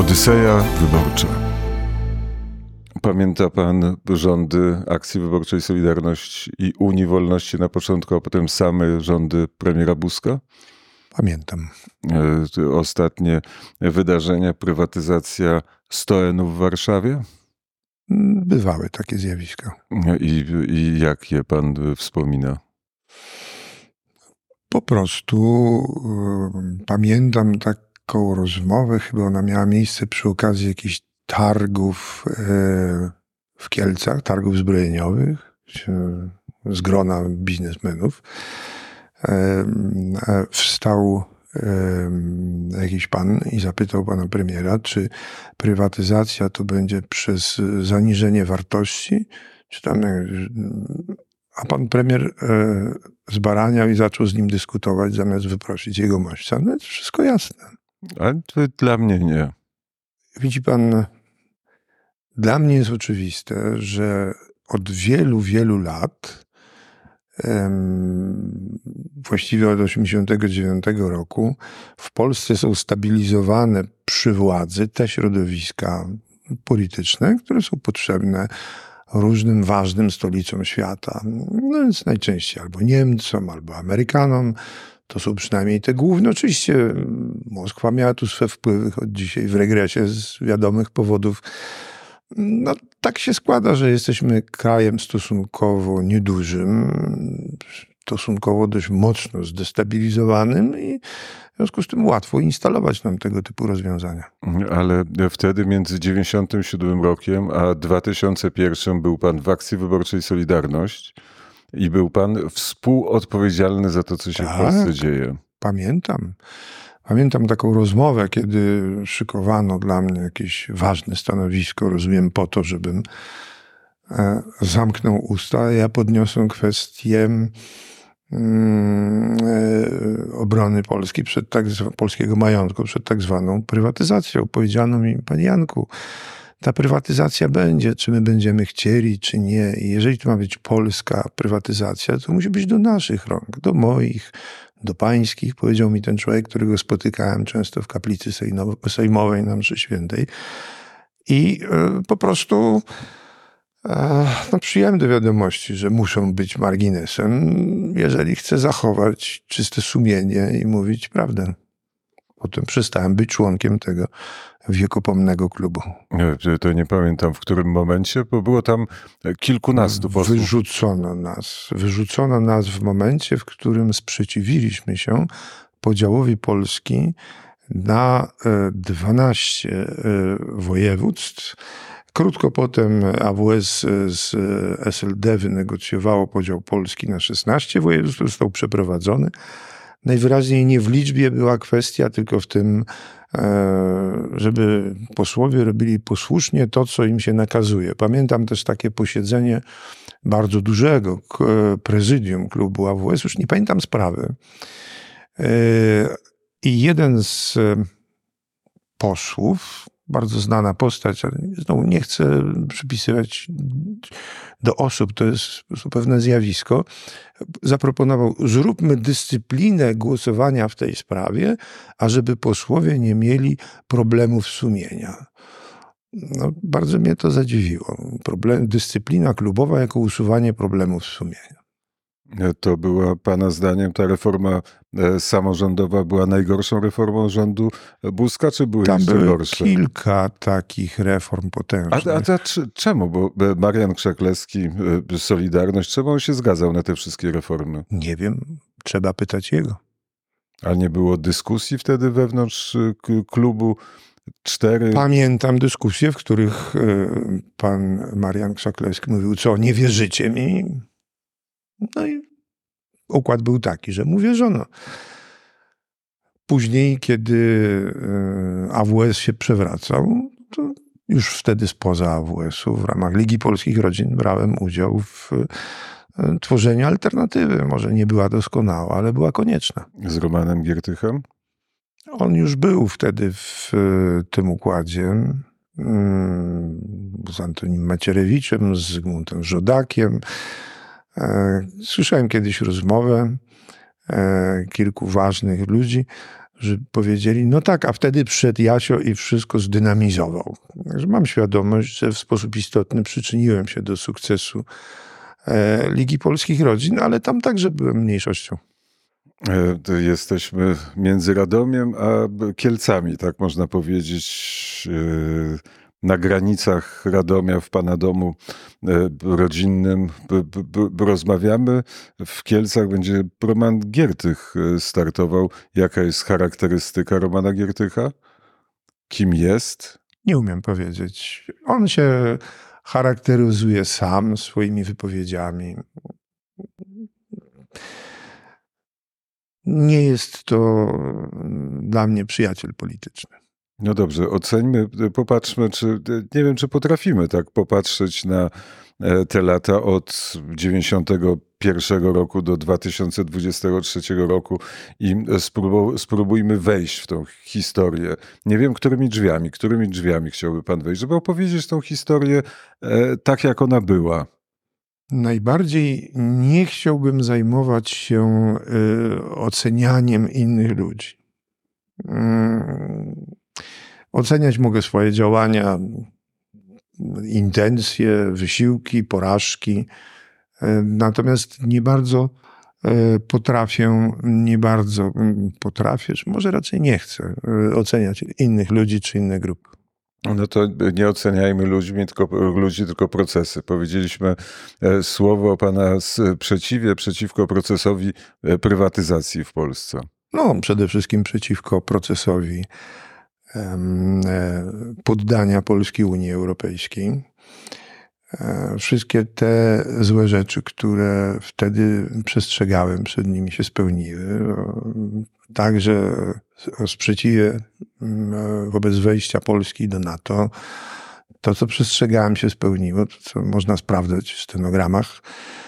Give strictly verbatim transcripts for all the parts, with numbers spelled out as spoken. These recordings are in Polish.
Odyseja wyborcza. Pamięta pan rządy Akcji Wyborczej Solidarność i Unii Wolności na początku, a potem same rządy premiera Buzka? Pamiętam. Ostatnie wydarzenia, prywatyzacja Stoenu w Warszawie? Bywały takie zjawiska. I, i jak je pan wspomina? Po prostu y, pamiętam taką rozmowę, chyba ona miała miejsce przy okazji jakichś targów y, w Kielcach, targów zbrojeniowych, y, z grona biznesmenów. Y, y, wstał y, jakiś pan i zapytał pana premiera, czy prywatyzacja to będzie przez zaniżenie wartości, czy tam... A pan premier e, zbaraniał i zaczął z nim dyskutować, zamiast wyprosić jego mościa. No to wszystko jasne. Ale to dla mnie nie. Widzi pan, dla mnie jest oczywiste, że od wielu, wielu lat, em, właściwie od osiemdziesiątego dziewiątego roku, w Polsce są stabilizowane przy władzy te środowiska polityczne, które są potrzebne różnym ważnym stolicom świata. No więc najczęściej albo Niemcom, albo Amerykanom. To są przynajmniej te główne. Oczywiście Moskwa miała tu swe wpływy, choć dzisiaj w regresie z wiadomych powodów. No tak się składa, że jesteśmy krajem stosunkowo niedużym, stosunkowo dość mocno zdestabilizowanym i w związku z tym łatwo instalować nam tego typu rozwiązania. Ale wtedy między dziewięćdziesiątym siódmym rokiem a dwa tysiące pierwszym był pan w Akcji Wyborczej Solidarność i był pan współodpowiedzialny za to, co się tak, w Polsce dzieje. Pamiętam. Pamiętam taką rozmowę, kiedy szykowano dla mnie jakieś ważne stanowisko, rozumiem po to, żebym e, zamknął usta, a ja podniosłem kwestię obrony Polski przed tak, polskiego majątku przed tak zwaną prywatyzacją. Powiedziano mi, panie Janku, ta prywatyzacja będzie, czy my będziemy chcieli, czy nie. I jeżeli to ma być polska prywatyzacja, to musi być do naszych rąk, do moich, do pańskich, powiedział mi ten człowiek, którego spotykałem często w kaplicy sejmowej na mszy świętej. I y, po prostu no, przyjąłem do wiadomości, że muszą być marginesem, jeżeli chcę zachować czyste sumienie i mówić prawdę. Potem przestałem być członkiem tego wiekopomnego klubu. To nie pamiętam, w którym momencie, bo było tam kilkunastu posłów. Wyrzucono nas. Wyrzucono nas w momencie, w którym sprzeciwiliśmy się podziałowi Polski na dwanaście województw. Krótko potem A W S z S L D wynegocjowało podział Polski na szesnaście województw, został przeprowadzony. Najwyraźniej nie w liczbie była kwestia, tylko w tym, żeby posłowie robili posłusznie to, co im się nakazuje. Pamiętam też takie posiedzenie bardzo dużego prezydium klubu A W S, już nie pamiętam sprawy. I jeden z posłów, bardzo znana postać, ale znowu nie chcę przypisywać do osób, to jest po prostu pewne zjawisko, zaproponował, zróbmy dyscyplinę głosowania w tej sprawie, ażeby posłowie nie mieli problemów sumienia. No, bardzo mnie to zadziwiło. Problem, dyscyplina klubowa jako usuwanie problemów sumienia. To była pana zdaniem ta reforma samorządowa była najgorszą reformą rządu Buzka, czy były Tam jeszcze były gorsze? kilka takich reform potężnych. A, a to, czemu? Bo Marian Krzaklewski, Solidarność, czemu on się zgadzał na te wszystkie reformy? Nie wiem, trzeba pytać jego. A nie było dyskusji wtedy wewnątrz klubu? Cztery... Pamiętam dyskusje, w których pan Marian Krzaklewski mówił, co, nie wierzycie mi? No i układ był taki, że mu wierzono. Później, kiedy A W S się przewracał, to już wtedy spoza A W S-u w ramach Ligi Polskich Rodzin brałem udział w tworzeniu alternatywy. Może nie była doskonała, ale była konieczna. Z Romanem Giertychem? On już był wtedy w tym układzie. Z Antonim Macierewiczem, z Zygmuntem Żodakiem. Słyszałem kiedyś rozmowę kilku ważnych ludzi, że powiedzieli, no tak, a wtedy przyszedł Jasio i wszystko zdynamizował. Także mam świadomość, że w sposób istotny przyczyniłem się do sukcesu e, Ligi Polskich Rodzin, ale tam także byłem mniejszością. Jesteśmy między Radomiem a Kielcami, tak można powiedzieć. Na granicach Radomia, w pana domu rodzinnym rozmawiamy. W Kielcach będzie Roman Giertych startował. Jaka jest charakterystyka Romana Giertycha? Kim jest? Nie umiem powiedzieć. On się charakteryzuje sam swoimi wypowiedziami. Nie jest to dla mnie przyjaciel polityczny. No dobrze, oceńmy, popatrzmy, czy nie wiem, czy potrafimy tak popatrzeć na te lata od dziewięćdziesiątego pierwszego roku do dwa tysiące dwudziestego trzeciego roku i spróbujmy wejść w tą historię. Nie wiem, którymi drzwiami, którymi drzwiami chciałby pan wejść, żeby opowiedzieć tą historię tak, jak ona była. Najbardziej nie chciałbym zajmować się y, ocenianiem innych ludzi. Y, oceniać mogę swoje działania, intencje, wysiłki, porażki. Y, natomiast nie bardzo y, potrafię, nie bardzo potrafię, czy może raczej nie chcę y, oceniać innych ludzi czy inne grupy. No to nie oceniajmy ludźmi, tylko, ludzi, tylko procesy. Powiedzieliśmy słowo o pana sprzeciwie przeciwko procesowi prywatyzacji w Polsce. No, przede wszystkim przeciwko procesowi um, poddania Polski Unii Europejskiej. Wszystkie te złe rzeczy, które wtedy przestrzegałem, przed nimi się spełniły. Także o sprzeciwie wobec wejścia Polski do NATO. To, co przestrzegałem, się spełniło, to, co można sprawdzać w stenogramach.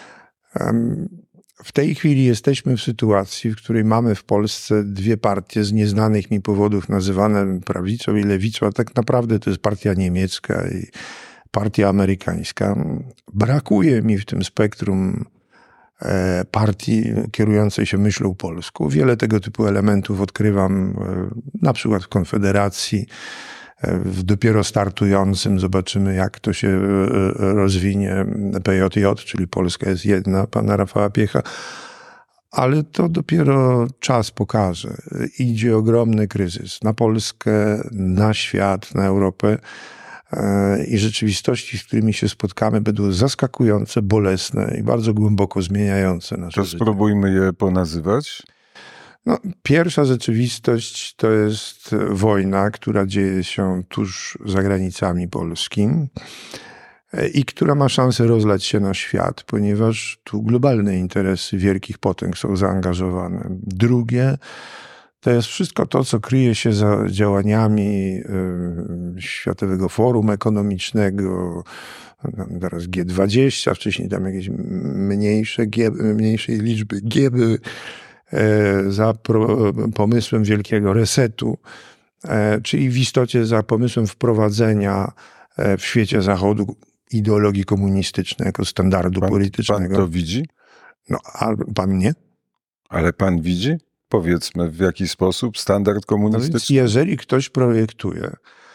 W tej chwili jesteśmy w sytuacji, w której mamy w Polsce dwie partie z nieznanych mi powodów nazywane prawicą i lewicą, a tak naprawdę to jest partia niemiecka i partia amerykańska. Brakuje mi w tym spektrum partii kierującej się myślą polską. Wiele tego typu elementów odkrywam na przykład w Konfederacji, w dopiero startującym. Zobaczymy, jak to się rozwinie P J J, czyli Polska jest jedna, pana Rafała Piecha. Ale to dopiero czas pokaże. Idzie ogromny kryzys na Polskę, na świat, na Europę. I rzeczywistości, z którymi się spotkamy, będą zaskakujące, bolesne i bardzo głęboko zmieniające nasze to życie. To spróbujmy je ponazywać. No, pierwsza rzeczywistość to jest wojna, która dzieje się tuż za granicami Polski i która ma szansę rozlać się na świat, ponieważ tu globalne interesy wielkich potęg są zaangażowane. Drugie to jest wszystko to, co kryje się za działaniami y, Światowego Forum Ekonomicznego, teraz G dwadzieścia, wcześniej tam jakieś mniejsze, G, mniejszej liczby G były, y, za pro, pomysłem wielkiego resetu, y, czyli w istocie za pomysłem wprowadzenia y, w świecie Zachodu ideologii komunistycznej jako standardu pan, politycznego. Pan to widzi? No, a pan nie? Ale pan widzi? Powiedzmy, w jaki sposób standard komunistyczny? No więc jeżeli ktoś projektuje,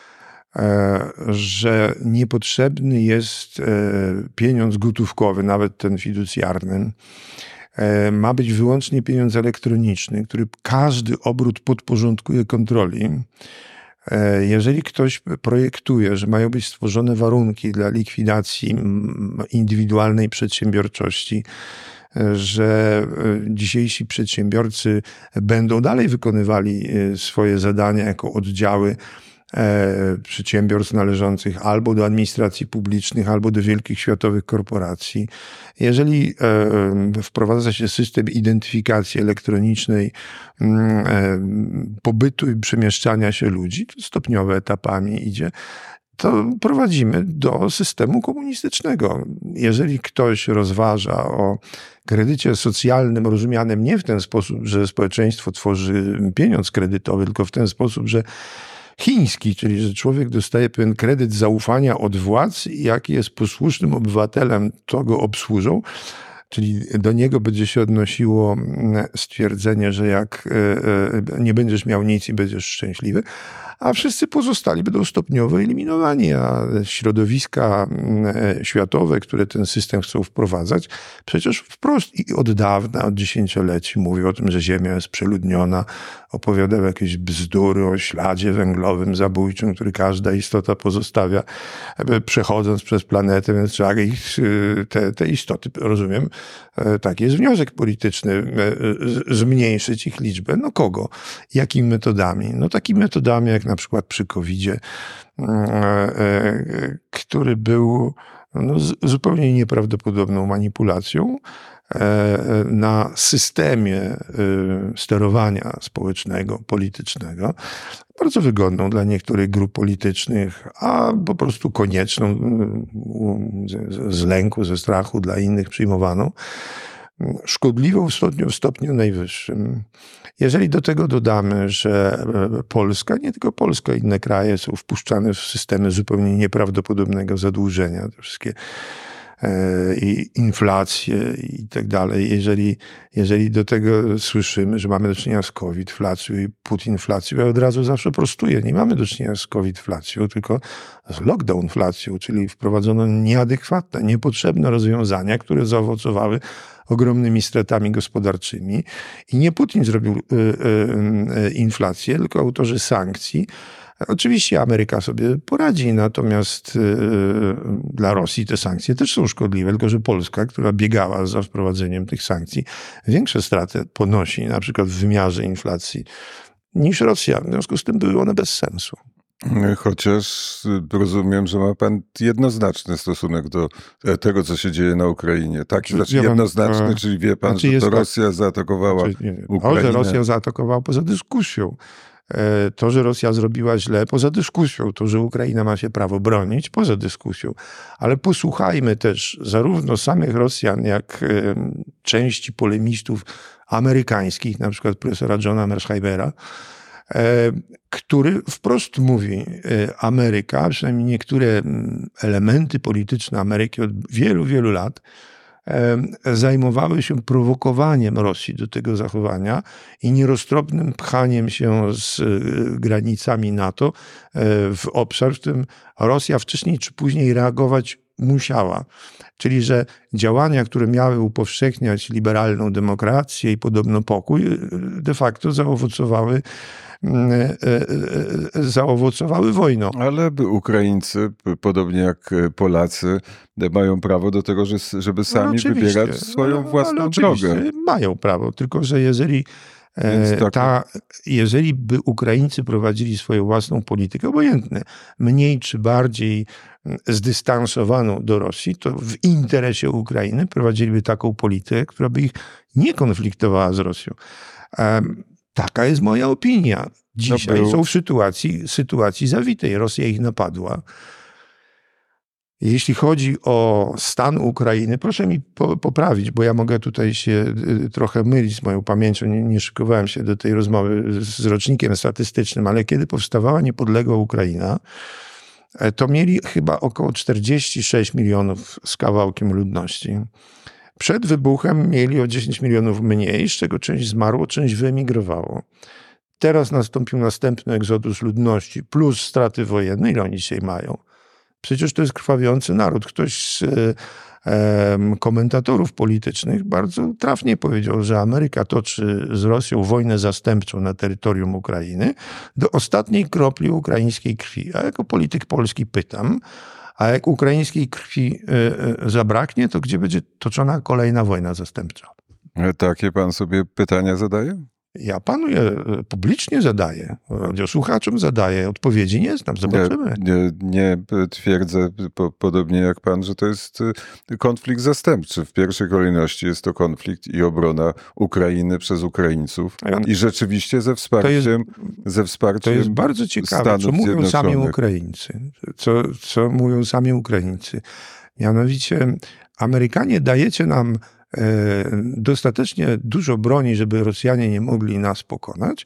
że niepotrzebny jest pieniądz gotówkowy, nawet ten fiducjarny, ma być wyłącznie pieniądz elektroniczny, który każdy obrót podporządkuje kontroli. Jeżeli ktoś projektuje, że mają być stworzone warunki dla likwidacji indywidualnej przedsiębiorczości, że dzisiejsi przedsiębiorcy będą dalej wykonywali swoje zadania jako oddziały przedsiębiorstw należących albo do administracji publicznych, albo do wielkich światowych korporacji. Jeżeli wprowadza się system identyfikacji elektronicznej pobytu i przemieszczania się ludzi, to stopniowo etapami idzie, to prowadzimy do systemu komunistycznego. Jeżeli ktoś rozważa o kredycie socjalnym rozumianym nie w ten sposób, że społeczeństwo tworzy pieniądz kredytowy, tylko w ten sposób, że chiński, czyli że człowiek dostaje pewien kredyt zaufania od władz i jak jest posłusznym obywatelem, to go obsłużą, Czyli do niego będzie się odnosiło stwierdzenie, że jak nie będziesz miał nic i będziesz szczęśliwy, a wszyscy pozostali będą stopniowo eliminowani, a środowiska światowe, które ten system chcą wprowadzać, przecież wprost i od dawna, od dziesięcioleci mówią o tym, że Ziemia jest przeludniona, opowiadają jakieś bzdury o śladzie węglowym zabójczym, który każda istota pozostawia, przechodząc przez planetę, więc trzeba ich, te, te istoty, rozumiem, taki jest wniosek polityczny, zmniejszyć ich liczbę. No kogo? Jakimi metodami? No takimi metodami jak na przykład przy kowidzie, który był no, zupełnie nieprawdopodobną manipulacją na systemie sterowania społecznego, politycznego, bardzo wygodną dla niektórych grup politycznych, a po prostu konieczną z lęku, ze strachu dla innych przyjmowaną, szkodliwą w stopniu, w stopniu najwyższym. Jeżeli do tego dodamy, że Polska, nie tylko Polska, inne kraje są wpuszczane w systemy zupełnie nieprawdopodobnego zadłużenia, te wszystkie i inflację i tak dalej. Jeżeli, jeżeli do tego słyszymy, że mamy do czynienia z COVID-inflacją i putinflacją, ja od razu zawsze prostuję. Nie mamy do czynienia z COVID-inflacją, tylko z lockdown-inflacją, czyli wprowadzono nieadekwatne, niepotrzebne rozwiązania, które zaowocowały ogromnymi stratami gospodarczymi. I nie Putin zrobił y, y, y, inflację, tylko autorzy sankcji. Oczywiście Ameryka sobie poradzi, natomiast y, dla Rosji te sankcje też są szkodliwe, tylko że Polska, która biegała za wprowadzeniem tych sankcji, większe straty ponosi, na przykład w wymiarze inflacji, niż Rosja. W związku z tym były one bez sensu. Chociaż rozumiem, że ma pan jednoznaczny stosunek do tego, co się dzieje na Ukrainie. Tak, znaczy, ja jednoznaczny, mam, czyli wie pan, znaczy że to Rosja tak, zaatakowała znaczy, nie, nie. Ukrainę. O, że Rosja zaatakowała poza dyskusją. To, że Rosja zrobiła źle, poza dyskusją. To, że Ukraina ma się prawo bronić, poza dyskusją. Ale posłuchajmy też zarówno samych Rosjan, jak części polemistów amerykańskich, na przykład profesora Johna Mearsheimera, który wprost mówi, Ameryka, przynajmniej niektóre elementy polityczne Ameryki od wielu, wielu lat zajmowały się prowokowaniem Rosji do tego zachowania i nieroztropnym pchaniem się z granicami NATO w obszar, w którym Rosja wcześniej czy później reagować musiała. Czyli, że działania, które miały upowszechniać liberalną demokrację i podobno pokój, de facto zaowocowały zaowocowały wojną. Ale Ukraińcy, podobnie jak Polacy, mają prawo do tego, żeby sami no wybierać swoją no, własną drogę. Mają prawo, tylko że jeżeli tak. Ta, jeżeli by Ukraińcy prowadzili swoją własną politykę, obojętne, mniej czy bardziej zdystansowaną do Rosji, to w interesie Ukrainy prowadziliby taką politykę, która by ich nie konfliktowała z Rosją. Taka jest moja opinia. Dzisiaj no są w sytuacji, sytuacji zawitej. Rosja ich napadła. Jeśli chodzi o stan Ukrainy, proszę mi po, poprawić, bo ja mogę tutaj się trochę mylić z moją pamięcią. Nie, nie szykowałem się do tej rozmowy z rocznikiem statystycznym, ale kiedy powstawała niepodległa Ukraina, to mieli chyba około czterdzieści sześć milionów z kawałkiem ludności. Przed wybuchem mieli o dziesięć milionów mniej, z czego część zmarło, część wyemigrowało. Teraz nastąpił następny egzodus ludności plus straty wojenne. Ile oni dzisiaj mają? Przecież to jest krwawiący naród. Ktoś z e, komentatorów politycznych bardzo trafnie powiedział, że Ameryka toczy z Rosją wojnę zastępczą na terytorium Ukrainy do ostatniej kropli ukraińskiej krwi. A jako polityk polski pytam, a jak ukraińskiej krwi y, y, zabraknie, to gdzie będzie toczona kolejna wojna zastępcza? Takie pan sobie pytania zadaje? Ja panu je publicznie zadaję, radiosłuchaczom zadaję, odpowiedzi nie znam, zobaczymy. Nie, nie, nie twierdzę, po, podobnie jak pan, że to jest konflikt zastępczy. W pierwszej kolejności jest to konflikt i obrona Ukrainy przez Ukraińców i rzeczywiście ze wsparciem, to jest, ze wsparciem To jest bardzo ciekawe, co mówią sami Ukraińcy. Co, co mówią sami Ukraińcy. Mianowicie Amerykanie, dajecie nam dostatecznie dużo broni, żeby Rosjanie nie mogli nas pokonać,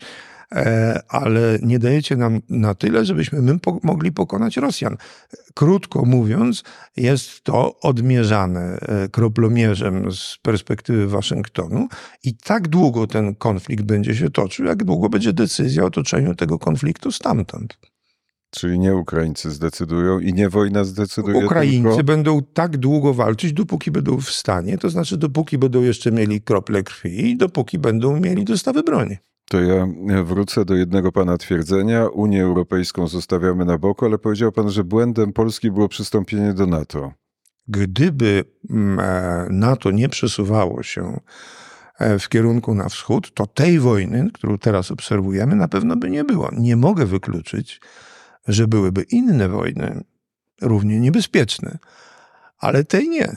ale nie dajecie nam na tyle, żebyśmy my po- mogli pokonać Rosjan. Krótko mówiąc, jest to odmierzane kroplomierzem z perspektywy Waszyngtonu i tak długo ten konflikt będzie się toczył, jak długo będzie decyzja o otoczeniu tego konfliktu stamtąd. Czyli nie Ukraińcy zdecydują i nie wojna zdecyduje. Ukraińcy tylko... będą tak długo walczyć, dopóki będą w stanie, to znaczy dopóki będą jeszcze mieli krople krwi i dopóki będą mieli dostawy broni. To ja wrócę do jednego pana twierdzenia. Unię Europejską zostawiamy na boku, ale powiedział pan, że błędem Polski było przystąpienie do NATO. Gdyby NATO nie przesuwało się w kierunku na wschód, to tej wojny, którą teraz obserwujemy, na pewno by nie było. Nie mogę wykluczyć, że byłyby inne wojny, równie niebezpieczne, ale tej nie.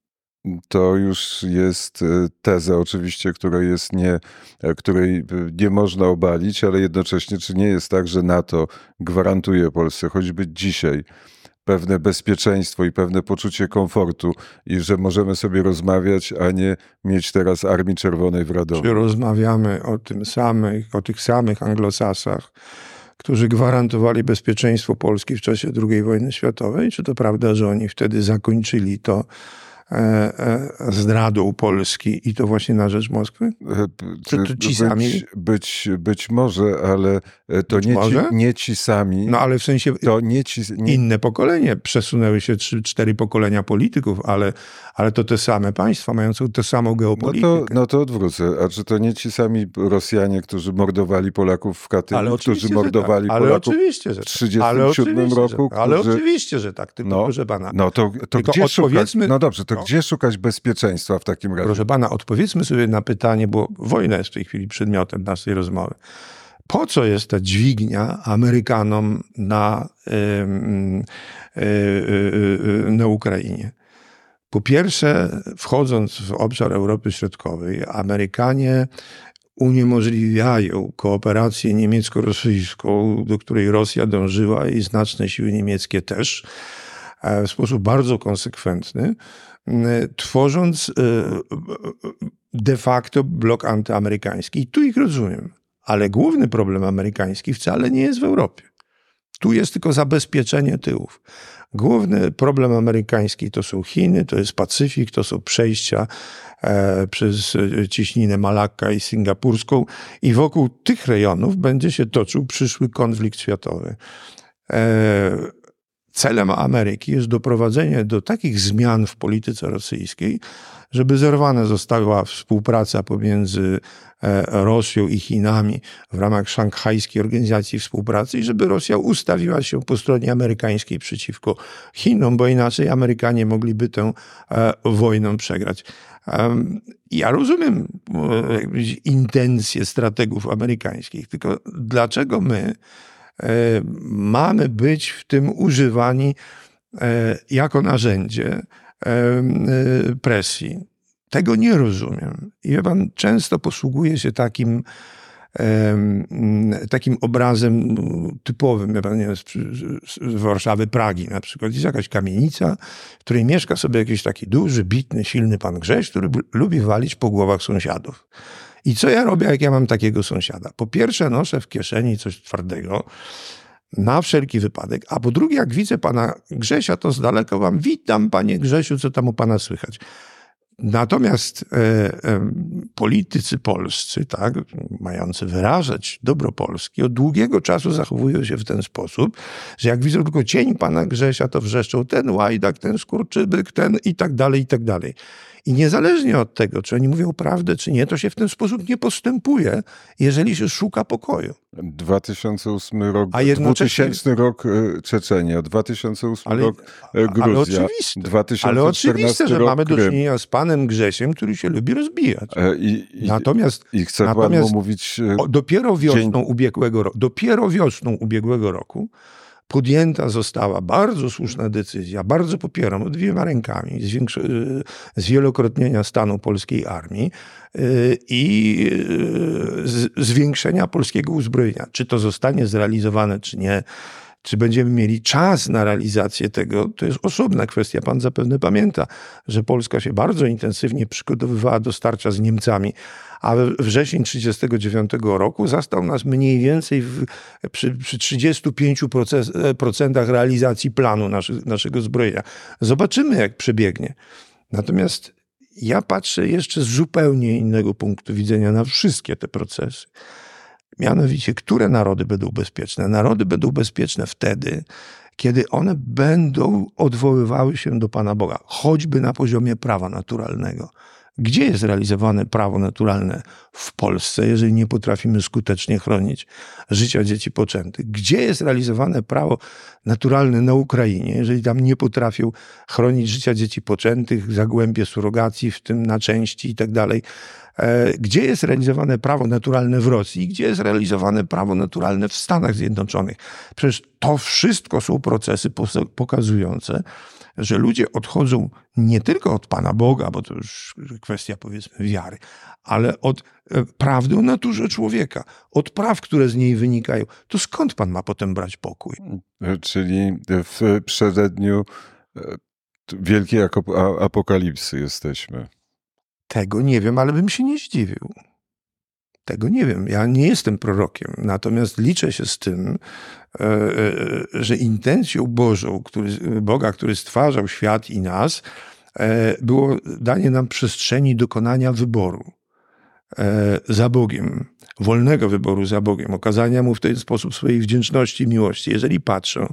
To już jest teza oczywiście, której, jest nie, której nie można obalić, ale jednocześnie czy nie jest tak, że NATO gwarantuje Polsce choćby dzisiaj pewne bezpieczeństwo i pewne poczucie komfortu i że możemy sobie rozmawiać, a nie mieć teraz Armii Czerwonej w Radomiu. Czy rozmawiamy o tym samych, o tych samych anglosasach, którzy gwarantowali bezpieczeństwo Polski w czasie drugiej wojny światowej? Czy to prawda, że oni wtedy zakończyli to e, e, zdradą Polski i to właśnie na rzecz Moskwy? Czy to ci być, sami? Być, być może, ale to nie ci, nie ci sami. No ale w sensie to nie ci, nie... inne pokolenie. Przesunęły się trzy, cztery pokolenia polityków, ale, ale to te same państwa, mające tę samą geopolitykę. No to, no to odwrócę. A czy to nie ci sami Rosjanie, którzy mordowali Polaków w Katyniu, którzy mordowali tak. Polaków oczywiście, że w tysiąc dziewięćset trzydziestym siódmym roku? Że, ale którzy... oczywiście, że tak. Tylko, no, proszę pana. No to, to gdzie szukać? No dobrze, to no. gdzie szukać bezpieczeństwa w takim razie? Proszę pana, odpowiedzmy sobie na pytanie, bo wojna jest w tej chwili przedmiotem naszej rozmowy. Po co jest ta dźwignia Amerykanom na, yy, yy, yy, na Ukrainie? Po pierwsze, wchodząc w obszar Europy Środkowej, Amerykanie uniemożliwiają kooperację niemiecko-rosyjską, do której Rosja dążyła i znaczne siły niemieckie też, w sposób bardzo konsekwentny, tworząc de facto blok antyamerykański. I tu ich rozumiem. Ale główny problem amerykański wcale nie jest w Europie. Tu jest tylko zabezpieczenie tyłów. Główny problem amerykański to są Chiny, to jest Pacyfik, to są przejścia e, przez cieśninę Malakka i singapurską i wokół tych rejonów będzie się toczył przyszły konflikt światowy. E, celem Ameryki jest doprowadzenie do takich zmian w polityce rosyjskiej, żeby zerwana została współpraca pomiędzy Rosją i Chinami w ramach Szanghajskiej Organizacji Współpracy i żeby Rosja ustawiła się po stronie amerykańskiej przeciwko Chinom, bo inaczej Amerykanie mogliby tę wojnę przegrać. Ja rozumiem intencje strategów amerykańskich, tylko dlaczego my mamy być w tym używani jako narzędzie presji? Tego nie rozumiem. I pan często posługuje się takim, takim obrazem typowym, pan, nie, z, z Warszawy, Pragi na przykład. Jest jakaś kamienica, w której mieszka sobie jakiś taki duży, bitny, silny pan Grześ, który lubi walić po głowach sąsiadów. I co ja robię, jak ja mam takiego sąsiada? Po pierwsze, noszę w kieszeni coś twardego, na wszelki wypadek, a po drugie, jak widzę pana Grzesia, to z daleka wam witam, panie Grzesiu, co tam u pana słychać. Natomiast e, e, politycy polscy, tak, mający wyrażać dobro Polski, od długiego czasu zachowują się w ten sposób, że jak widzą tylko cień pana Grzesia, to wrzeszczą ten łajdak, ten skurczybyk, ten i tak dalej, i tak dalej. I niezależnie od tego, czy oni mówią prawdę, czy nie, to się w ten sposób nie postępuje, jeżeli się szuka pokoju. dwa tysiące ósmy rok, A jednocześnie... dwutysięczny rok Czeczenia, dwa tysiące ósmy ale, rok Gruzja, ale oczywiste, dwa tysiące ale czternasty oczywiste, że rok mamy Krym. do czynienia z panem Grzesiem, który się lubi rozbijać. I, i, natomiast i chce natomiast pan mu mówić... o, dopiero wiosną dzień... ubiegłego roku, dopiero wiosną ubiegłego roku podjęta została bardzo słuszna decyzja, bardzo popieram dwiema rękami, zwiększy, zwielokrotnienia stanu polskiej armii i zwiększenia polskiego uzbrojenia. Czy to zostanie zrealizowane, czy nie, Czy będziemy mieli czas na realizację tego, to jest osobna kwestia. Pan zapewne pamięta, że Polska się bardzo intensywnie przygotowywała do starcia z Niemcami, a we wrzesień tysiąc dziewięćset trzydziestego dziewiątego roku zastał nas mniej więcej w, przy, przy trzydziestu pięciu procentach realizacji planu naszy, naszego zbrojenia. Zobaczymy, jak przebiegnie. Natomiast ja patrzę jeszcze z zupełnie innego punktu widzenia na wszystkie te procesy. Mianowicie, które narody będą bezpieczne? Narody będą bezpieczne wtedy, kiedy one będą odwoływały się do Pana Boga, choćby na poziomie prawa naturalnego. Gdzie jest realizowane prawo naturalne w Polsce, jeżeli nie potrafimy skutecznie chronić życia dzieci poczętych? Gdzie jest realizowane prawo naturalne na Ukrainie, jeżeli tam nie potrafią chronić życia dzieci poczętych, zagłębie surogacji, w tym na części i tak dalej? Gdzie jest realizowane prawo naturalne w Rosji? Gdzie jest realizowane prawo naturalne w Stanach Zjednoczonych? Przecież to wszystko są procesy pokazujące, że ludzie odchodzą nie tylko od Pana Boga, bo to już kwestia, powiedzmy, wiary, ale od prawdy o naturze człowieka, od praw, które z niej wynikają. To skąd Pan ma potem brać pokój? Czyli w przededniu wielkiej apokalipsy jesteśmy. Tego nie wiem, ale bym się nie zdziwił. Tego nie wiem. Ja nie jestem prorokiem. Natomiast liczę się z tym, że intencją Bożą, który, Boga, który stwarzał świat i nas, było danie nam przestrzeni dokonania wyboru za Bogiem, wolnego wyboru za Bogiem, okazania Mu w ten sposób swojej wdzięczności i miłości. Jeżeli patrzę,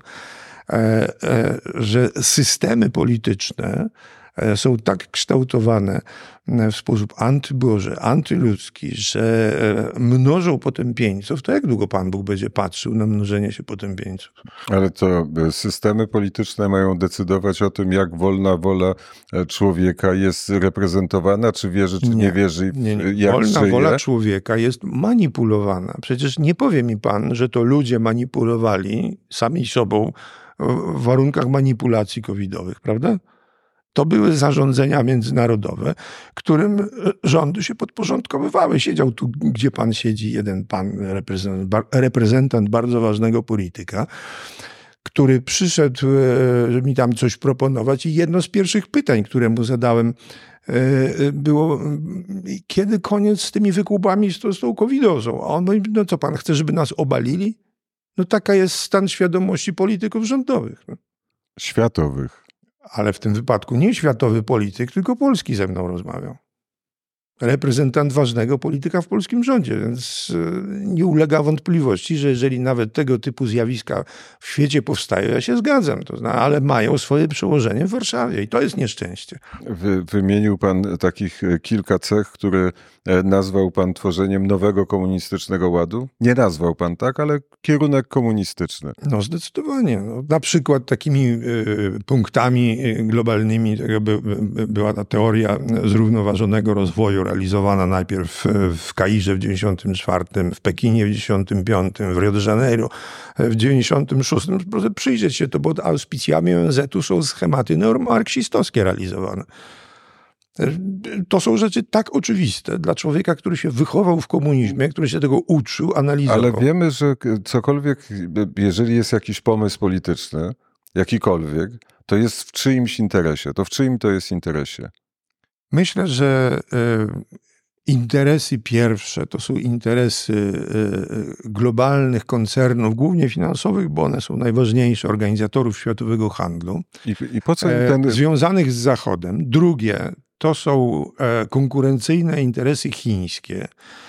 że systemy polityczne są tak kształtowane w sposób antyboży, antyludzki, że mnożą potępieńców, to jak długo Pan Bóg będzie patrzył na mnożenie się potępieńców? Ale to systemy polityczne mają decydować o tym, jak wolna wola człowieka jest reprezentowana, czy wierzy, czy nie, nie wierzy, nie, nie. jak Wolna żyje. wola człowieka jest manipulowana. Przecież nie powie mi Pan, że to ludzie manipulowali sami sobą w warunkach manipulacji covidowych, prawda? To były zarządzenia międzynarodowe, którym rządy się podporządkowywały. Siedział tu, gdzie pan siedzi, jeden pan, reprezentant, reprezentant bardzo ważnego polityka, który przyszedł, żeby mi tam coś proponować i jedno z pierwszych pytań, które mu zadałem, było, kiedy koniec z tymi wykłupami z, z tą covidozą? A on mówi, no co pan, chce, żeby nas obalili? No taka jest stan świadomości polityków rządowych. Światowych. Ale w tym wypadku nie światowy polityk, tylko polski ze mną rozmawiał. Reprezentant ważnego polityka w polskim rządzie, więc nie ulega wątpliwości, że jeżeli nawet tego typu zjawiska w świecie powstają, ja się zgadzam, to zna, ale mają swoje przełożenie w Warszawie i to jest nieszczęście. Wy, wymienił pan takich kilka cech, które nazwał pan tworzeniem nowego komunistycznego ładu. Nie nazwał pan tak, ale kierunek komunistyczny. No zdecydowanie. No, na przykład takimi y, punktami globalnymi tego by, by, była ta teoria zrównoważonego rozwoju, realizowana najpierw w Kairze w dziewięćdziesiątym czwartym, w Pekinie w dziewięćdziesiątym piątym, w Rio de Janeiro w dziewięćdziesiątym szóstym. Proszę przyjrzeć się, to pod auspicjami O N Z-u są schematy neomarksistowskie realizowane. To są rzeczy tak oczywiste dla człowieka, który się wychował w komunizmie, który się tego uczył, analizował. Ale wiemy, że cokolwiek, jeżeli jest jakiś pomysł polityczny, jakikolwiek, to jest w czyimś interesie. To w czyim to jest interesie? Myślę, że interesy pierwsze to są interesy globalnych koncernów, głównie finansowych, bo one są najważniejsze, organizatorów światowego handlu. I, i po co ten... Związanych z Zachodem. Drugie to są konkurencyjne interesy chińskie.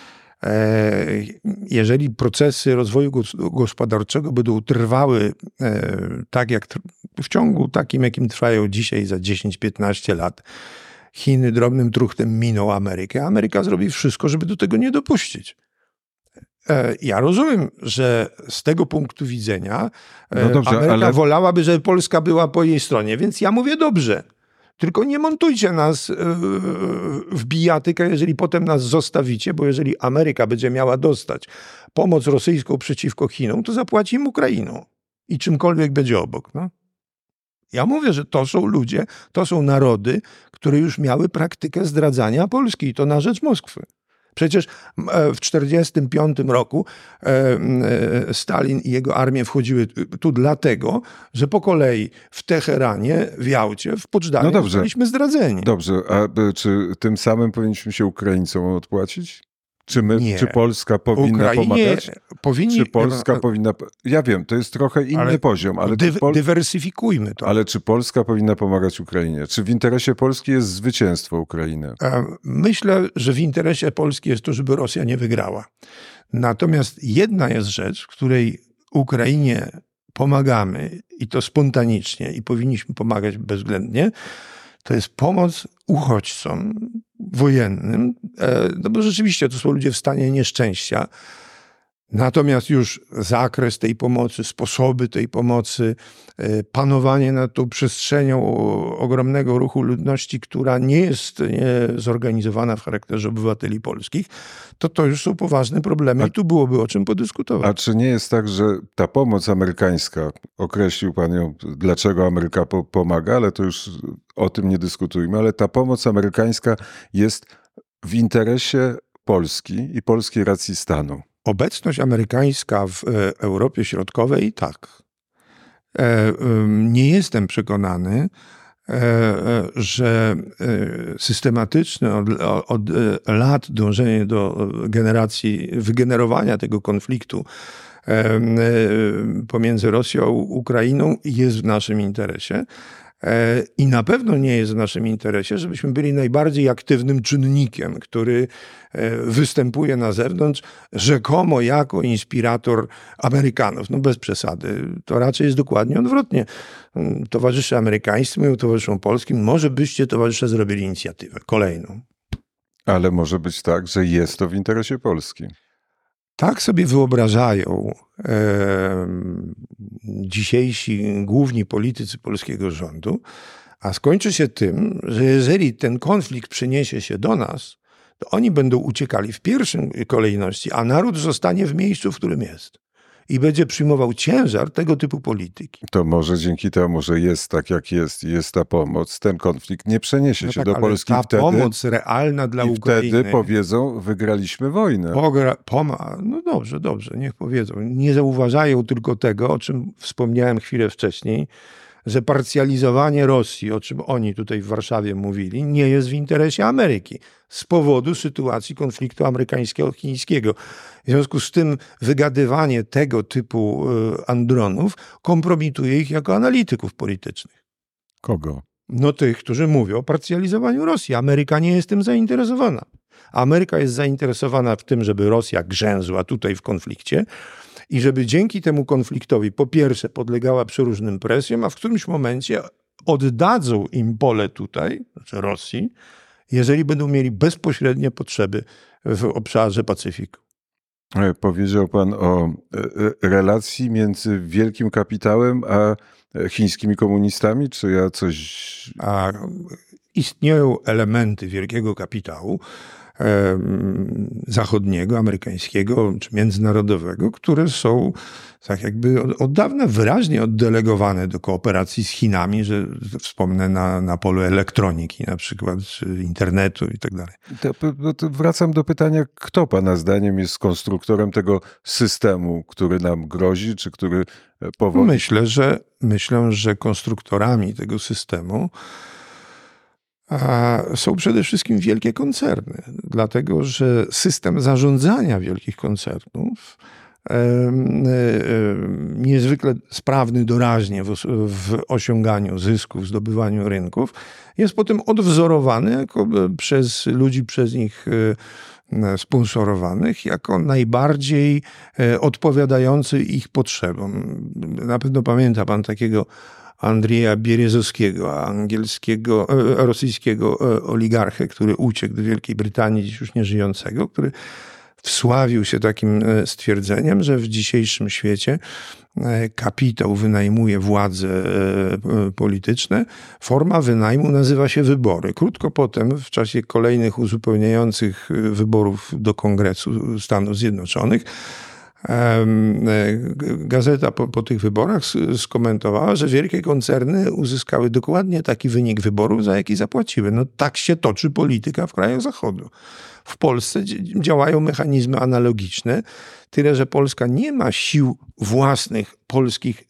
Jeżeli procesy rozwoju gospodarczego będą trwały tak jak w ciągu takim, jakim trwają dzisiaj za dziesięć piętnaście lat, Chiny drobnym truchtem miną Amerykę. Ameryka zrobi wszystko, żeby do tego nie dopuścić. Ja rozumiem, że z tego punktu widzenia no dobrze, Ameryka ale... wolałaby, żeby Polska była po jej stronie, więc ja mówię dobrze. Tylko nie montujcie nas w bijatykę, jeżeli potem nas zostawicie, bo jeżeli Ameryka będzie miała dostać pomoc rosyjską przeciwko Chinom, to zapłaci im Ukrainą i czymkolwiek będzie obok. No. Ja mówię, że to są ludzie, to są narody, które już miały praktykę zdradzania Polski i to na rzecz Moskwy. Przecież w tysiąc dziewięćset czterdziestym piątym roku Stalin i jego armie wchodziły tu dlatego, że po kolei w Teheranie, w Jałcie, w Poczdamie no zostaliśmy zdradzeni. Dobrze, a czy tym samym powinniśmy się Ukraińcom odpłacić? Czy, my, Nie. czy Polska powinna Ukrainie pomagać? powinni, Czy Polska powinna... Ja wiem, to jest trochę inny ale poziom, ale dy, czy, Pol... dywersyfikujmy to. ale czy Polska powinna pomagać Ukrainie? Czy w interesie Polski jest zwycięstwo Ukrainy? Myślę, że w interesie Polski jest to, żeby Rosja nie wygrała. Natomiast jedna jest rzecz, w której Ukrainie pomagamy i to spontanicznie i powinniśmy pomagać bezwzględnie, to jest pomoc uchodźcom wojennym, no bo rzeczywiście to są ludzie w stanie nieszczęścia. Natomiast już zakres tej pomocy, sposoby tej pomocy, panowanie nad tą przestrzenią ogromnego ruchu ludności, która nie jest zorganizowana w charakterze obywateli polskich, to to już są poważne problemy a, i tu byłoby o czym podyskutować. A czy nie jest tak, że ta pomoc amerykańska, określił pan ją, dlaczego Ameryka po, pomaga, ale to już o tym nie dyskutujmy, ale ta pomoc amerykańska jest w interesie Polski i polskiej racji stanu? Obecność amerykańska w Europie Środkowej, tak. Nie jestem przekonany, że systematyczne od, od lat dążenie do generacji, wygenerowania tego konfliktu pomiędzy Rosją a Ukrainą jest w naszym interesie. I na pewno nie jest w naszym interesie, żebyśmy byli najbardziej aktywnym czynnikiem, który występuje na zewnątrz, rzekomo jako inspirator Amerykanów. No bez przesady. To raczej jest dokładnie odwrotnie. Towarzysze amerykańscy mówią towarzyszom polskim, może byście towarzysze zrobili inicjatywę kolejną. Ale może być tak, że jest to w interesie Polski. Tak sobie wyobrażają e, dzisiejsi główni politycy polskiego rządu, a skończy się tym, że jeżeli ten konflikt przyniesie się do nas, to oni będą uciekali w pierwszej kolejności, a naród zostanie w miejscu, w którym jest. I będzie przyjmował ciężar tego typu polityki. To może dzięki temu, że jest tak jak jest, jest ta pomoc, ten konflikt nie przeniesie no się tak, do ale Polski. Ta wtedy, pomoc realna dla i Ukrainy. wtedy powiedzą, wygraliśmy wojnę. Pogra, poma, no dobrze, dobrze, niech powiedzą. Nie zauważają tylko tego, o czym wspomniałem chwilę wcześniej, że parcjalizowanie Rosji, o czym oni tutaj w Warszawie mówili, nie jest w interesie Ameryki z powodu sytuacji konfliktu amerykańskiego-chińskiego. W związku z tym wygadywanie tego typu andronów kompromituje ich jako analityków politycznych. Kogo? No tych, którzy mówią o parcjalizowaniu Rosji. Ameryka nie jest tym zainteresowana. Ameryka jest zainteresowana w tym, żeby Rosja grzęzła tutaj w konflikcie, i żeby dzięki temu konfliktowi po pierwsze podlegała przeróżnym presjom, a w którymś momencie oddadzą im pole tutaj, znaczy Rosji, jeżeli będą mieli bezpośrednie potrzeby w obszarze Pacyfiku. Powiedział pan o relacji między wielkim kapitałem a chińskimi komunistami, czy ja coś... A istnieją elementy wielkiego kapitału, zachodniego, amerykańskiego czy międzynarodowego, które są tak jakby od, od dawna wyraźnie oddelegowane do kooperacji z Chinami, że wspomnę na, na polu elektroniki na przykład, czy internetu i tak dalej. To, to wracam do pytania, kto pana zdaniem jest konstruktorem tego systemu, który nam grozi, czy który powoduje... Myślę, że, myślę, że konstruktorami tego systemu A są przede wszystkim wielkie koncerny, dlatego że system zarządzania wielkich koncernów, e, e, niezwykle sprawny doraźnie w, w osiąganiu zysków, zdobywaniu rynków, jest potem odwzorowany jako przez ludzi przez nich sponsorowanych, jako najbardziej odpowiadający ich potrzebom. Na pewno pamięta pan takiego Andrzeja Bierezowskiego, angielskiego, rosyjskiego oligarchę, który uciekł do Wielkiej Brytanii, dziś już nieżyjącego, który wsławił się takim stwierdzeniem, że w dzisiejszym świecie kapitał wynajmuje władze polityczne. Forma wynajmu nazywa się wybory. Krótko potem, w czasie kolejnych uzupełniających wyborów do Kongresu Stanów Zjednoczonych, Gazeta po, po tych wyborach skomentowała, że wielkie koncerny uzyskały dokładnie taki wynik wyborów, za jaki zapłaciły. No tak się toczy polityka w krajach Zachodu. W Polsce działają mechanizmy analogiczne, tyle że Polska nie ma sił własnych polskich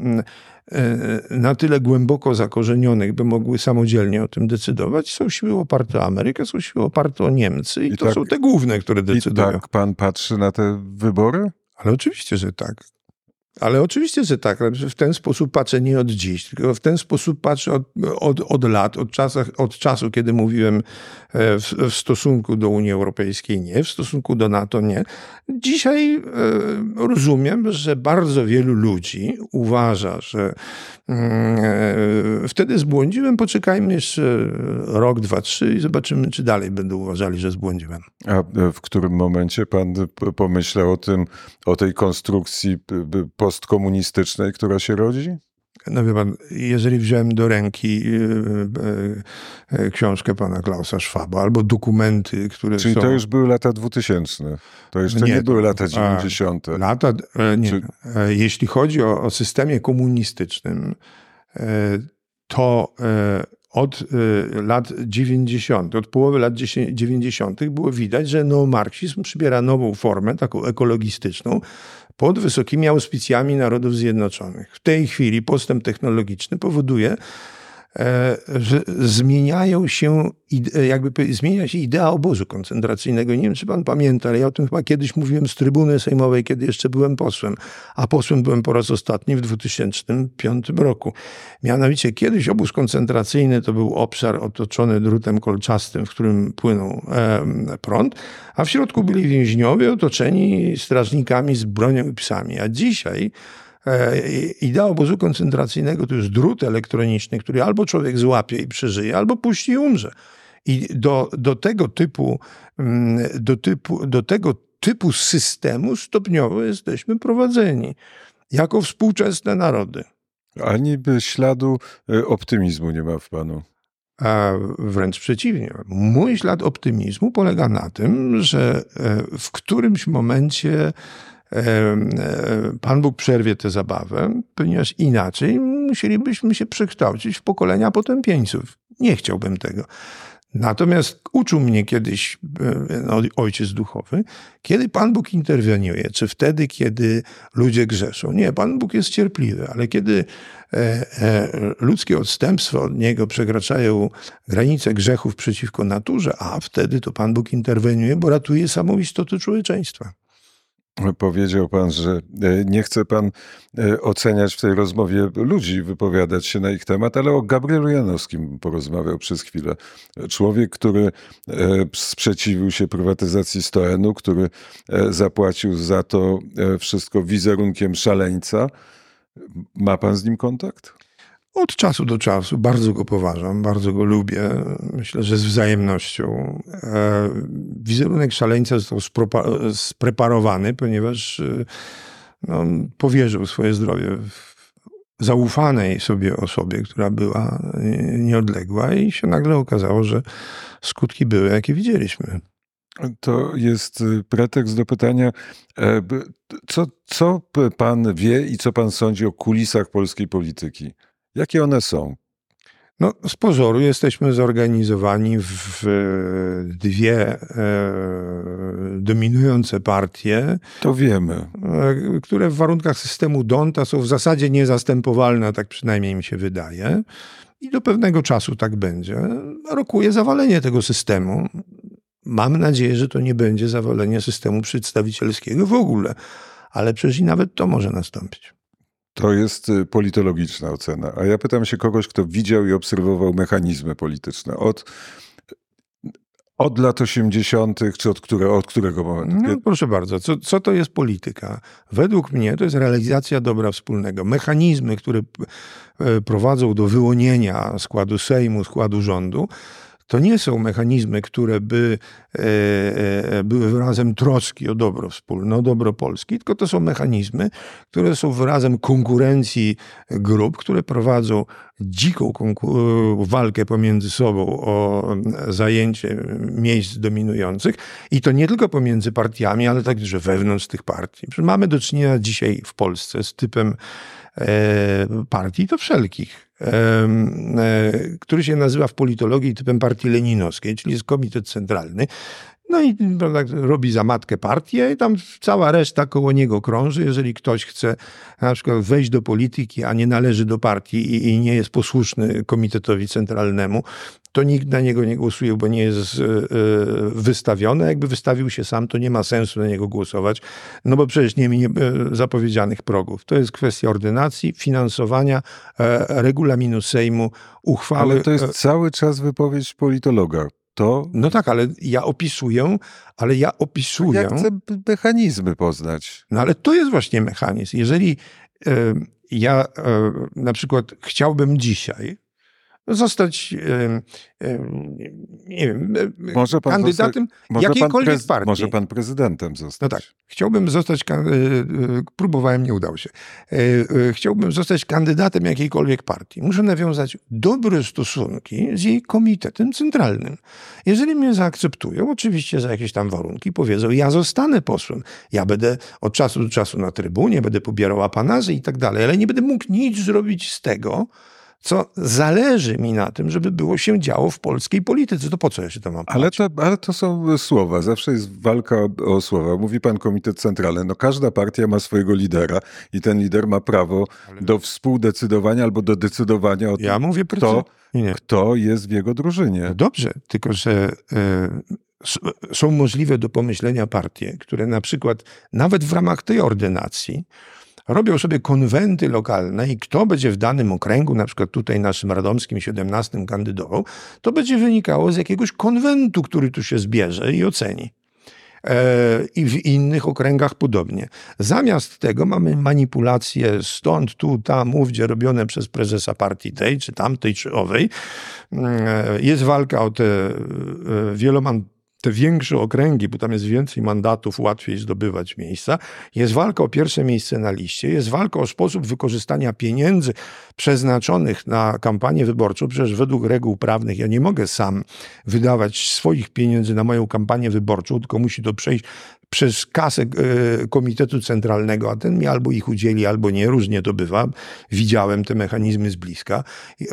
na tyle głęboko zakorzenionych, by mogły samodzielnie o tym decydować. Są siły oparte o Amerykę, są siły oparte o Niemcy i, I to tak, są te główne, które decydują. I tak pan patrzy na te wybory? Ale oczywiście, że tak. Ale oczywiście, że tak. W ten sposób patrzę nie od dziś, tylko w ten sposób patrzę od, od, od lat, od, czasach, od czasu, kiedy mówiłem w, w stosunku do Unii Europejskiej nie, w stosunku do NATO nie. Dzisiaj e, rozumiem, że bardzo wielu ludzi uważa, że e, wtedy zbłądziłem, poczekajmy jeszcze rok, dwa, trzy i zobaczymy, czy dalej będą uważali, że zbłądziłem. A w którym momencie pan pomyślał o tym, o tej konstrukcji postkomunistycznej, która się rodzi? No wie pan, jeżeli wziąłem do ręki książkę pana Klausa Schwaba albo dokumenty, które Czyli są... to już były lata dwutysięczne. To jeszcze nie, nie były lata dziewięćdziesiąte. Lata, nie. Czy... Jeśli chodzi o, o systemie komunistycznym, to od lat dziewięćdziesiątych, od połowy lat dziewięćdziesiątych było widać, że neomarksizm przybiera nową formę, taką ekologistyczną, pod wysokimi auspicjami Narodów Zjednoczonych. W tej chwili postęp technologiczny powoduje, że zmieniają się, jakby zmienia się idea obozu koncentracyjnego. Nie wiem, czy pan pamięta, ale ja o tym chyba kiedyś mówiłem z trybuny sejmowej, kiedy jeszcze byłem posłem. A posłem byłem po raz ostatni w dwutysięcznym piątym roku. Mianowicie kiedyś obóz koncentracyjny to był obszar otoczony drutem kolczastym, w którym płynął prąd, a w środku byli więźniowie otoczeni strażnikami z bronią i psami. A dzisiaj idea obozu koncentracyjnego to jest drut elektroniczny, który albo człowiek złapie i przeżyje, albo puści i umrze. I do, do tego typu, do typu, do tego typu systemu stopniowo jesteśmy prowadzeni jako współczesne narody. Ani śladu optymizmu nie ma w panu. A wręcz przeciwnie. Mój ślad optymizmu polega na tym, że w którymś momencie Pan Bóg przerwie tę zabawę, ponieważ inaczej musielibyśmy się przekształcić w pokolenia potępieńców. Nie chciałbym tego. Natomiast uczył mnie kiedyś no, ojciec duchowy, kiedy Pan Bóg interweniuje, czy wtedy, kiedy ludzie grzeszą. Nie, Pan Bóg jest cierpliwy, ale kiedy e, e, ludzkie odstępstwa od Niego przekraczają granice grzechów przeciwko naturze, a wtedy to Pan Bóg interweniuje, bo ratuje samą istotę człowieczeństwa. Powiedział pan, że nie chce pan oceniać w tej rozmowie ludzi, wypowiadać się na ich temat, ale o Gabrielu Janowskim porozmawiał przez chwilę. Człowiek, który sprzeciwił się prywatyzacji Stoenu, który zapłacił za to wszystko wizerunkiem szaleńca. Ma pan z nim kontakt? Od czasu do czasu bardzo go poważam, bardzo go lubię. Myślę, że z wzajemnością. Wizerunek szaleńca został spreparowany, ponieważ no, powierzył swoje zdrowie zaufanej sobie osobie, która była nieodległa i się nagle okazało, że skutki były, jakie widzieliśmy. To jest pretekst do pytania, co, co pan wie i co pan sądzi o kulisach polskiej polityki? Jakie one są? No, z pozoru jesteśmy zorganizowani w dwie e, dominujące partie. To wiemy. E, które w warunkach systemu D'Hondta są w zasadzie niezastępowalne, tak przynajmniej mi się wydaje. I do pewnego czasu tak będzie. Rokuje zawalenie tego systemu. Mam nadzieję, że to nie będzie zawalenie systemu przedstawicielskiego w ogóle. Ale przecież i nawet to może nastąpić. To jest politologiczna ocena. A ja pytam się kogoś, kto widział i obserwował mechanizmy polityczne. Od, od lat osiemdziesiątych, czy od, które, od którego momentu? No, proszę bardzo. Co, co to jest polityka? Według mnie to jest realizacja dobra wspólnego. Mechanizmy, które prowadzą do wyłonienia składu Sejmu, składu rządu, to nie są mechanizmy, które by e, były wyrazem troski o dobro wspólne, o dobro Polski, tylko to są mechanizmy, które są wyrazem konkurencji grup, które prowadzą dziką walkę pomiędzy sobą o zajęcie miejsc dominujących i to nie tylko pomiędzy partiami, ale także wewnątrz tych partii. Mamy do czynienia dzisiaj w Polsce z typem e, partii, to wszelkich, który się nazywa w politologii typem partii leninowskiej, czyli jest komitet centralny. No i prawda, robi za matkę partię i tam cała reszta koło niego krąży. Jeżeli ktoś chce na przykład wejść do polityki, a nie należy do partii i, i nie jest posłuszny komitetowi centralnemu, to nikt na niego nie głosuje, bo nie jest y, y, wystawiony. Jakby wystawił się sam, to nie ma sensu na niego głosować, no bo przecież nie minie y, zapowiedzianych progów. To jest kwestia ordynacji, finansowania, y, regulaminu Sejmu, uchwały. Ale to jest cały czas wypowiedź politologa. To... No tak, ale ja opisuję, ale ja opisuję... Ja chcę mechanizmy poznać. No ale to jest właśnie mechanizm. Jeżeli y, ja y, na przykład chciałbym dzisiaj zostać y, y, nie wiem, może pan kandydatem zostać, może jakiejkolwiek pan partii. Może pan prezydentem zostać. No tak. Chciałbym zostać, próbowałem, nie udało się. Chciałbym zostać kandydatem jakiejkolwiek partii. Muszę nawiązać dobre stosunki z jej komitetem centralnym. Jeżeli mnie zaakceptują, oczywiście za jakieś tam warunki, powiedzą, ja zostanę posłem. Ja będę od czasu do czasu na trybunie, będę pobierał apanaże i tak dalej, ale nie będę mógł nic zrobić z tego, co zależy mi na tym, żeby było się działo w polskiej polityce. To po co ja się tam mam ale to, ale to są słowa. Zawsze jest walka o, o słowa. Mówi pan komitet centralny. No każda partia ma swojego lidera i ten lider ma prawo ale... do współdecydowania albo do decydowania o tym, ja mówię kto, nie. kto jest w jego drużynie. No dobrze, tylko że y, są możliwe do pomyślenia partie, które na przykład nawet w ramach tej ordynacji robią sobie konwenty lokalne i kto będzie w danym okręgu, na przykład tutaj naszym radomskim siedemnastym kandydował, to będzie wynikało z jakiegoś konwentu, który tu się zbierze i oceni. E, I w innych okręgach podobnie. Zamiast tego mamy manipulacje stąd, tu, tam, ówdzie robione przez prezesa partii tej, czy tamtej, czy owej. E, jest walka o te e, wieloman te większe okręgi, bo tam jest więcej mandatów, łatwiej zdobywać miejsca. Jest walka o pierwsze miejsce na liście, jest walka o sposób wykorzystania pieniędzy przeznaczonych na kampanię wyborczą. Przecież według reguł prawnych ja nie mogę sam wydawać swoich pieniędzy na moją kampanię wyborczą, tylko musi to przejść przez kasę Komitetu Centralnego, a ten mi albo ich udzieli, albo nie. Różnie to bywa. Widziałem te mechanizmy z bliska.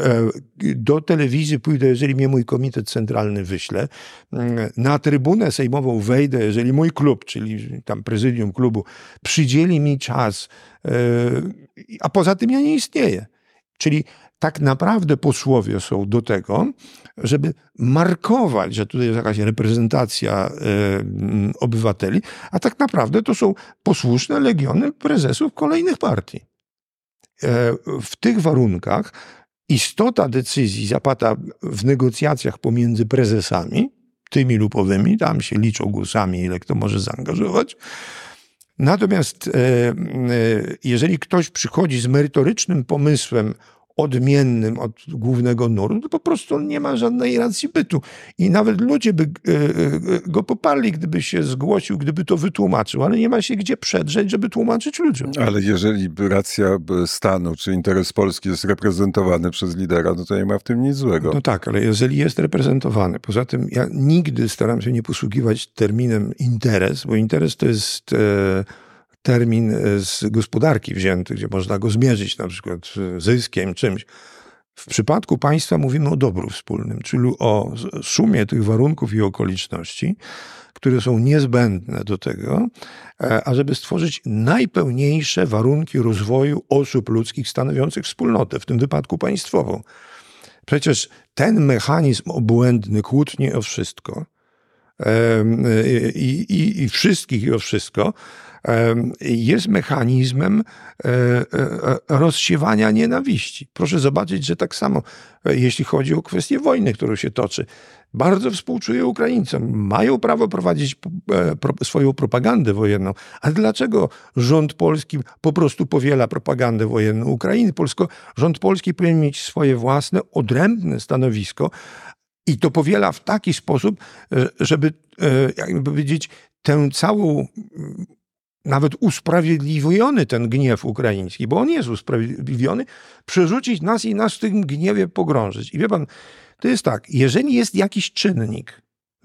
Do telewizji pójdę, jeżeli mnie mój Komitet Centralny wyśle. Na trybunę sejmową wejdę, jeżeli mój klub, czyli tam prezydium klubu, przydzieli mi czas, a poza tym ja nie istnieję. Czyli tak naprawdę posłowie są do tego, żeby markować, że tutaj jest jakaś reprezentacja y, obywateli, a tak naprawdę to są posłuszne legiony prezesów kolejnych partii. E, w tych warunkach istota decyzji zapada w negocjacjach pomiędzy prezesami, tymi lub owymi, tam się liczą głosami, ile kto może zaangażować. Natomiast e, e, jeżeli ktoś przychodzi z merytorycznym pomysłem odmiennym od głównego nurtu, to po prostu on nie ma żadnej racji bytu. I nawet ludzie by go poparli, gdyby się zgłosił, gdyby to wytłumaczył, ale nie ma się gdzie przedrzeć, żeby tłumaczyć ludziom. Ale jeżeli racja stanu, czy interes Polski jest reprezentowany przez lidera, no to nie ma w tym nic złego. No tak, ale jeżeli jest reprezentowany, poza tym ja nigdy staram się nie posługiwać terminem interes, bo interes to jest e, termin z gospodarki wzięty, gdzie można go zmierzyć na przykład zyskiem, czymś. W przypadku państwa mówimy o dobru wspólnym, czyli o sumie tych warunków i okoliczności, które są niezbędne do tego, ażeby stworzyć najpełniejsze warunki rozwoju osób ludzkich stanowiących wspólnotę, w tym wypadku państwową. Przecież ten mechanizm obłędny, kłótnie o wszystko i, i, i wszystkich i o wszystko, jest mechanizmem rozsiewania nienawiści. Proszę zobaczyć, że tak samo, jeśli chodzi o kwestię wojny, którą się toczy, bardzo współczuję Ukraińcom. Mają prawo prowadzić swoją propagandę wojenną. A dlaczego rząd polski po prostu powiela propagandę wojenną Ukrainy? Polsko, rząd polski powinien mieć swoje własne, odrębne stanowisko I to powiela w taki sposób, żeby, jakby powiedzieć, tę całą, nawet usprawiedliwiony ten gniew ukraiński, bo on jest usprawiedliwiony, przerzucić nas i nas w tym gniewie pogrążyć. I wie pan, to jest tak, jeżeli jest jakiś czynnik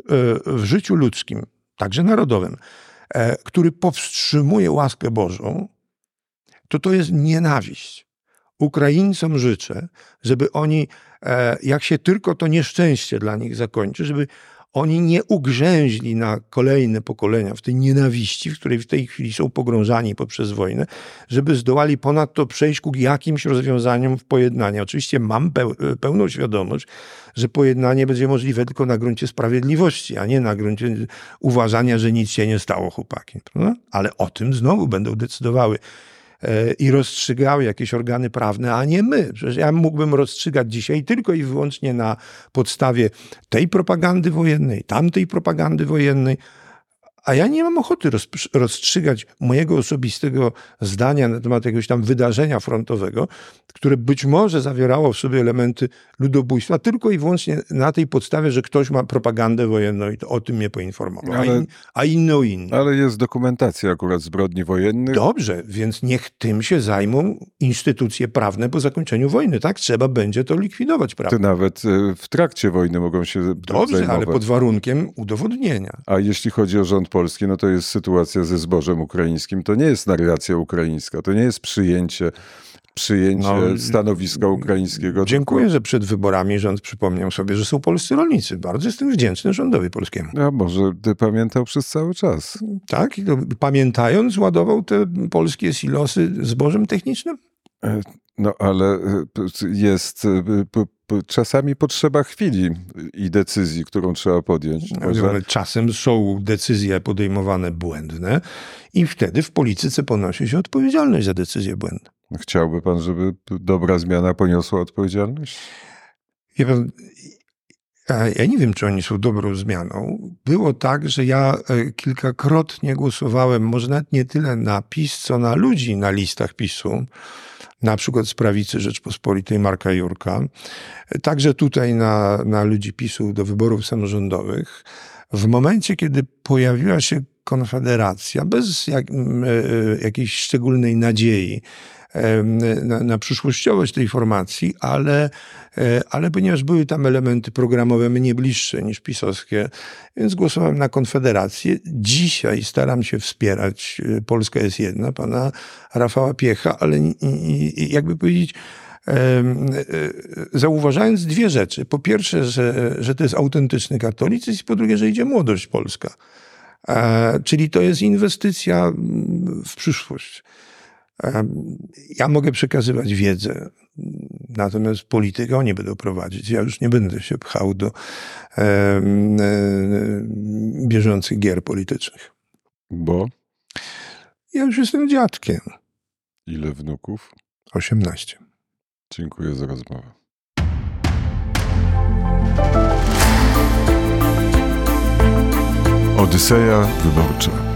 w życiu ludzkim, także narodowym, który powstrzymuje łaskę Bożą, to to jest nienawiść. Ukraińcom życzę, żeby oni, jak się tylko to nieszczęście dla nich zakończy, żeby oni nie ugrzęźli na kolejne pokolenia w tej nienawiści, w której w tej chwili są pogrążani poprzez wojnę, żeby zdołali ponadto przejść ku jakimś rozwiązaniom w pojednaniu. Oczywiście mam pełną świadomość, że pojednanie będzie możliwe tylko na gruncie sprawiedliwości, a nie na gruncie uważania, że nic się nie stało, chłopaki. Prawda? Ale o tym znowu będą decydowały i rozstrzygały jakieś organy prawne, a nie my. Przecież ja mógłbym rozstrzygać dzisiaj tylko i wyłącznie na podstawie tej propagandy wojennej, tamtej propagandy wojennej, a ja nie mam ochoty rozstrzygać mojego osobistego zdania na temat jakiegoś tam wydarzenia frontowego, które być może zawierało w sobie elementy ludobójstwa, tylko i wyłącznie na tej podstawie, że ktoś ma propagandę wojenną i to o tym mnie poinformował, ale, a, in, a inny o innym. Ale jest dokumentacja akurat zbrodni wojennych. Dobrze, więc niech tym się zajmą instytucje prawne po zakończeniu wojny, tak? Trzeba będzie to likwidować, prawda? To nawet w trakcie wojny mogą się Dobrze, zajmować. ale pod warunkiem udowodnienia. A jeśli chodzi o rząd polski, no to jest sytuacja ze zbożem ukraińskim. To nie jest narracja ukraińska, to nie jest przyjęcie, przyjęcie no, stanowiska ukraińskiego. Dziękuję, tylko... że przed wyborami rząd przypomniał sobie, że są polscy rolnicy. Bardzo jestem wdzięczny rządowi polskiemu. A może pamiętał przez cały czas. Tak, i to, pamiętając ładował te polskie silosy zbożem technicznym? No ale jest czasami potrzeba chwili i decyzji, którą trzeba podjąć. No, czasem są decyzje podejmowane błędne i wtedy w polityce ponosi się odpowiedzialność za decyzje błędne. Chciałby pan, żeby dobra zmiana poniosła odpowiedzialność? Ja, ja nie wiem, czy oni są dobrą zmianą. Było tak, że ja kilkakrotnie głosowałem, może nawet nie tyle na PiS, co na ludzi na listach PiSu, na przykład z prawicy Rzeczpospolitej Marka Jurka, także tutaj na, na ludzi PiSu do wyborów samorządowych. W momencie, kiedy pojawiła się Konfederacja, bez jak, jakiejś szczególnej nadziei na, na przyszłościowość tej formacji, ale, ale ponieważ były tam elementy programowe mnie bliższe niż pisowskie, więc głosowałem na Konfederację. Dzisiaj staram się wspierać Polska jest jedna, pana Rafała Piecha, ale jakby powiedzieć, zauważając dwie rzeczy. Po pierwsze, że, że to jest autentyczny katolicyzm, po drugie, że idzie młodość polska. Czyli to jest inwestycja w przyszłość. Ja mogę przekazywać wiedzę, natomiast politykę oni będą prowadzić. Ja już nie będę się pchał do e, e, bieżących gier politycznych. Bo? Ja już jestem dziadkiem. Ile wnuków? osiemnaście. Dziękuję za rozmowę. Odyseja wyborcza.